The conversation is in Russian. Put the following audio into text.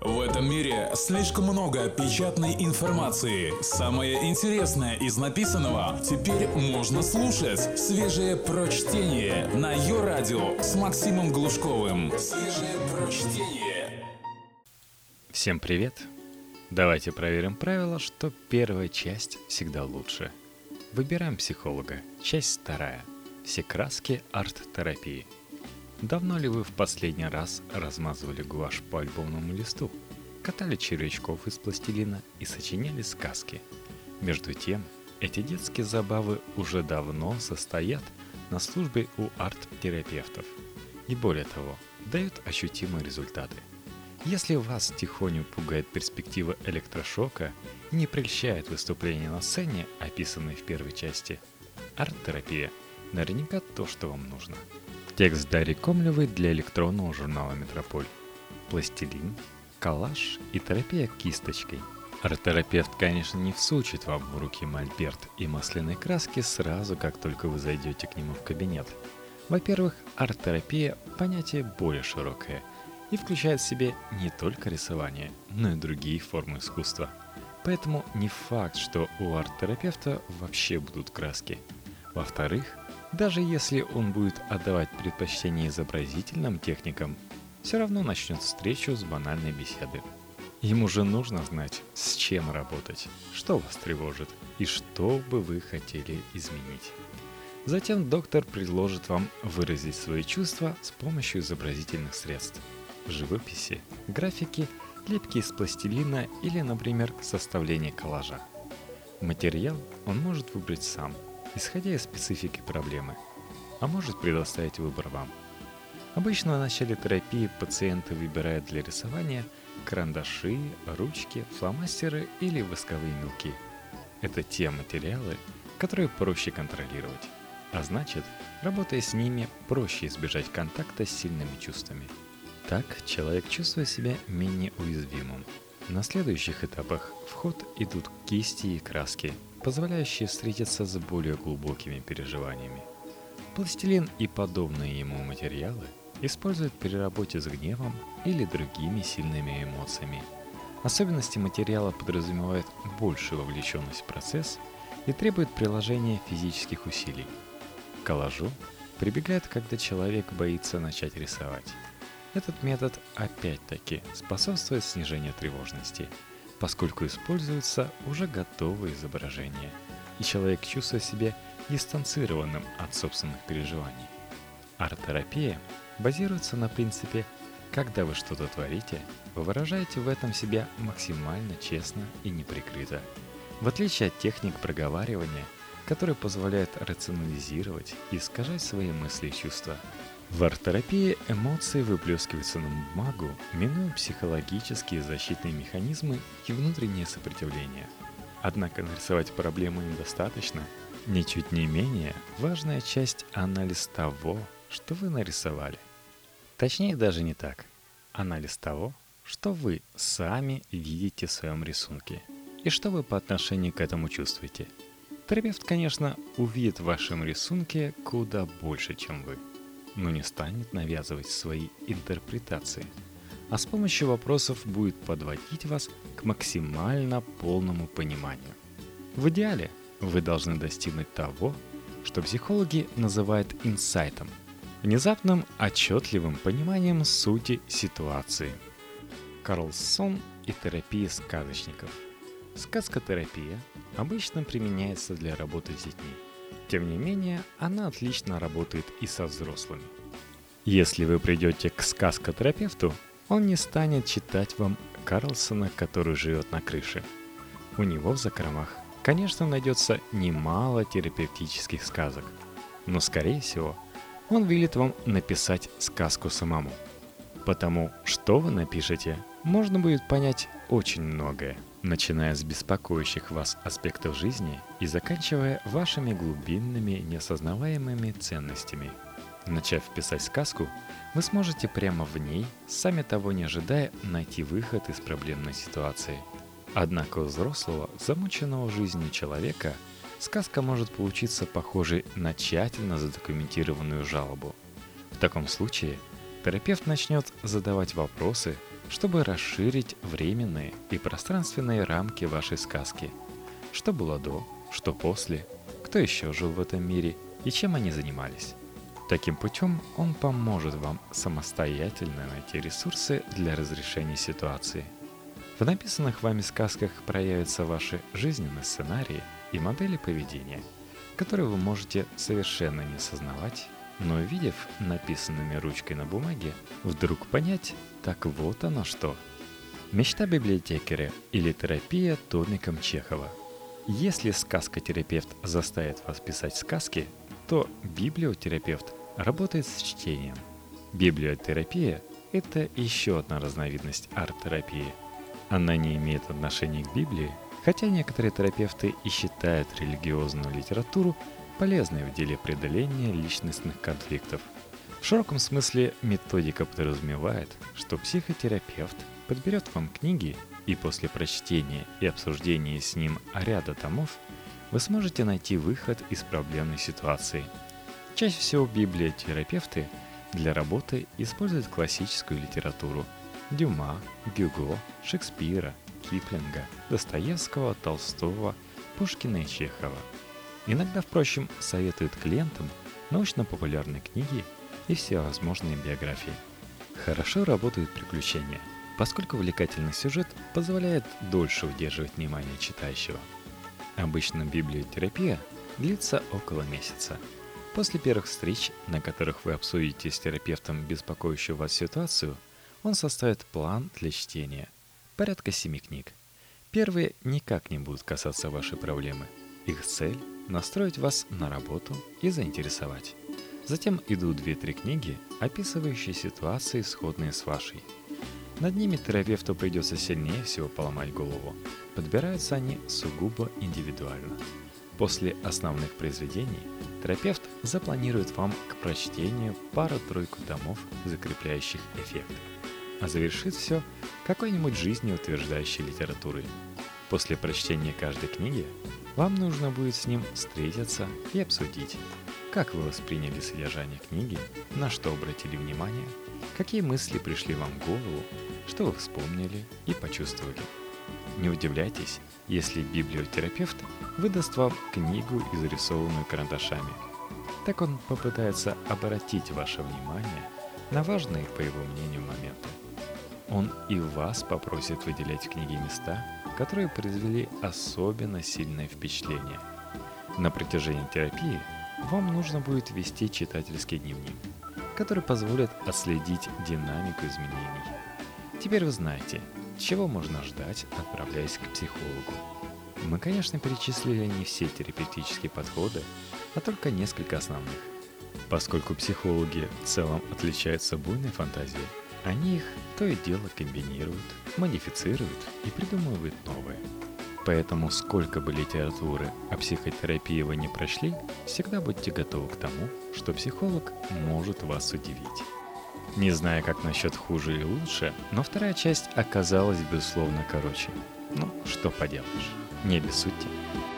В этом мире слишком много печатной информации. Самое интересное из написанного теперь можно слушать. Свежее прочтение на Йо-Радио с Максимом Глушковым. Свежее прочтение. Всем привет! Давайте проверим правило, что первая часть всегда лучше. Выбираем психолога. Часть 2. Все краски арт-терапии. Давно ли вы в последний раз размазывали гуашь по альбомному листу, катали червячков из пластилина и сочиняли сказки? Между тем, эти детские забавы уже давно состоят на службе у арт-терапевтов. И более того, дают ощутимые результаты. Если вас тихоню пугает перспектива электрошока и не прельщает выступление на сцене, описанные в первой части, арт-терапия наверняка то, что вам нужно. Текст Дарьи Комлевой для электронного журнала «Метрополь». Пластилин, коллаж и терапия кисточкой. Арт-терапевт, конечно, не всучит вам в руки мольберт и масляные краски сразу, как только вы зайдете к нему в кабинет. Во-первых, арт-терапия – понятие более широкое и включает в себе не только рисование, но и другие формы искусства. Поэтому не факт, что у арт-терапевта вообще будут краски. Во-вторых, даже если он будет отдавать предпочтение изобразительным техникам, все равно начнет встречу с банальной беседы. Ему же нужно знать, с чем работать, что вас тревожит и что бы вы хотели изменить. Затем доктор предложит вам выразить свои чувства с помощью изобразительных средств – живописи, графики, лепки из пластилина или, например, составления коллажа. Материал он может выбрать сам, исходя из специфики проблемы, а может предоставить выбор вам. Обычно в начале терапии пациенты выбирают для рисования карандаши, ручки, фломастеры или восковые мелки. Это те материалы, которые проще контролировать, а значит, работая с ними, проще избежать контакта с сильными чувствами. Так человек чувствует себя менее уязвимым. На следующих этапах в ход идут кисти и краски, позволяющие встретиться с более глубокими переживаниями. Пластилин и подобные ему материалы используют при работе с гневом или другими сильными эмоциями. Особенности материала подразумевают большую вовлеченность в процесс и требуют приложения физических усилий. К коллажу прибегают, когда человек боится начать рисовать. Этот метод опять-таки способствует снижению тревожности, поскольку используются уже готовые изображения, и человек чувствует себя дистанцированным от собственных переживаний. Арт-терапия базируется на принципе «когда вы что-то творите, вы выражаете в этом себя максимально честно и неприкрыто», в отличие от техник проговаривания, которые позволяют рационализировать и искажать свои мысли и чувства. В арт-терапии эмоции выплескиваются на бумагу, минуя психологические защитные механизмы и внутреннее сопротивление. Однако нарисовать проблему недостаточно. Ничуть не менее важная часть – анализ того, что вы нарисовали. Точнее, даже не так. Анализ того, что вы сами видите в своем рисунке и что вы по отношению к этому чувствуете. Терапевт, конечно, увидит в вашем рисунке куда больше, чем вы, но не станет навязывать свои интерпретации, а с помощью вопросов будет подводить вас к максимально полному пониманию. В идеале вы должны достигнуть того, что психологи называют инсайтом, внезапным отчетливым пониманием сути ситуации. Карлсон и терапия сказочников. Сказкотерапия обычно применяется для работы с детьми. Тем не менее, она отлично работает и со взрослыми. Если вы придете к сказкотерапевту, он не станет читать вам Карлсона, который живет на крыше. У него в закромах, конечно, найдется немало терапевтических сказок, но, скорее всего, он велит вам написать сказку самому. Потому что вы напишете, можно будет понять очень многое, начиная с беспокоящих вас аспектов жизни и заканчивая вашими глубинными неосознаваемыми ценностями. Начав писать сказку, вы сможете прямо в ней, сами того не ожидая, найти выход из проблемной ситуации. Однако у взрослого, замученного жизнью человека, сказка может получиться похожей на тщательно задокументированную жалобу. В таком случае терапевт начнет задавать вопросы, чтобы расширить временные и пространственные рамки вашей сказки. Что было до, что после, кто еще жил в этом мире и чем они занимались. Таким путем он поможет вам самостоятельно найти ресурсы для разрешения ситуации. В написанных вами сказках проявятся ваши жизненные сценарии и модели поведения, которые вы можете совершенно не осознавать, но увидев написанными ручкой на бумаге, вдруг понять, так вот оно что. Мечта библиотекаря или терапия томиком Чехова. Если сказкотерапевт заставит вас писать сказки, то библиотерапевт работает с чтением. Библиотерапия – это еще одна разновидность арт-терапии. Она не имеет отношения к Библии, хотя некоторые терапевты и считают религиозную литературу полезной в деле преодоления личностных конфликтов. В широком смысле методика подразумевает, что психотерапевт подберет вам книги, и после прочтения и обсуждения с ним ряда томов вы сможете найти выход из проблемной ситуации. Чаще всего библиотерапевты для работы используют классическую литературу – Дюма, Гюго, Шекспира, Киплинга, Достоевского, Толстого, Пушкина и Чехова. Иногда, впрочем, советуют клиентам научно-популярные книги и всевозможные биографии. Хорошо работают приключения, поскольку увлекательный сюжет позволяет дольше удерживать внимание читающего. Обычно библиотерапия длится около месяца. После первых встреч, на которых вы обсудите с терапевтом беспокоящую вас ситуацию, он составит план для чтения. Порядка 7 книг. Первые никак не будут касаться вашей проблемы. Их цель – настроить вас на работу и заинтересовать. Затем идут 2-3 книги, описывающие ситуации, сходные с вашей. Над ними терапевту придется сильнее всего поломать голову. Подбираются они сугубо индивидуально. После основных произведений терапевт запланирует вам к прочтению пару-тройку томов, закрепляющих эффекты. А завершит все какой-нибудь жизнеутверждающей литературой. После прочтения каждой книги вам нужно будет с ним встретиться и обсудить, как вы восприняли содержание книги, на что обратили внимание, какие мысли пришли вам в голову, что вы вспомнили и почувствовали. Не удивляйтесь, если библиотерапевт выдаст вам книгу, изрисованную карандашами. Так он попытается обратить ваше внимание на важные, по его мнению, моменты. Он и вас попросит выделять в книге места, которые произвели особенно сильное впечатление. На протяжении терапии вам нужно будет вести читательский дневник, который позволит отследить динамику изменений. Теперь вы знаете, чего можно ждать, отправляясь к психологу. Мы, конечно, перечислили не все терапевтические подходы, а только несколько основных. Поскольку психологи в целом отличаются буйной фантазией, они их то и дело комбинируют, модифицируют и придумывают новое. Поэтому сколько бы литературы о психотерапии вы не прочли, всегда будьте готовы к тому, что психолог может вас удивить. Не знаю, как насчет хуже или лучше, но вторая часть оказалась, безусловно, короче. Ну, что поделаешь, не обессудьте.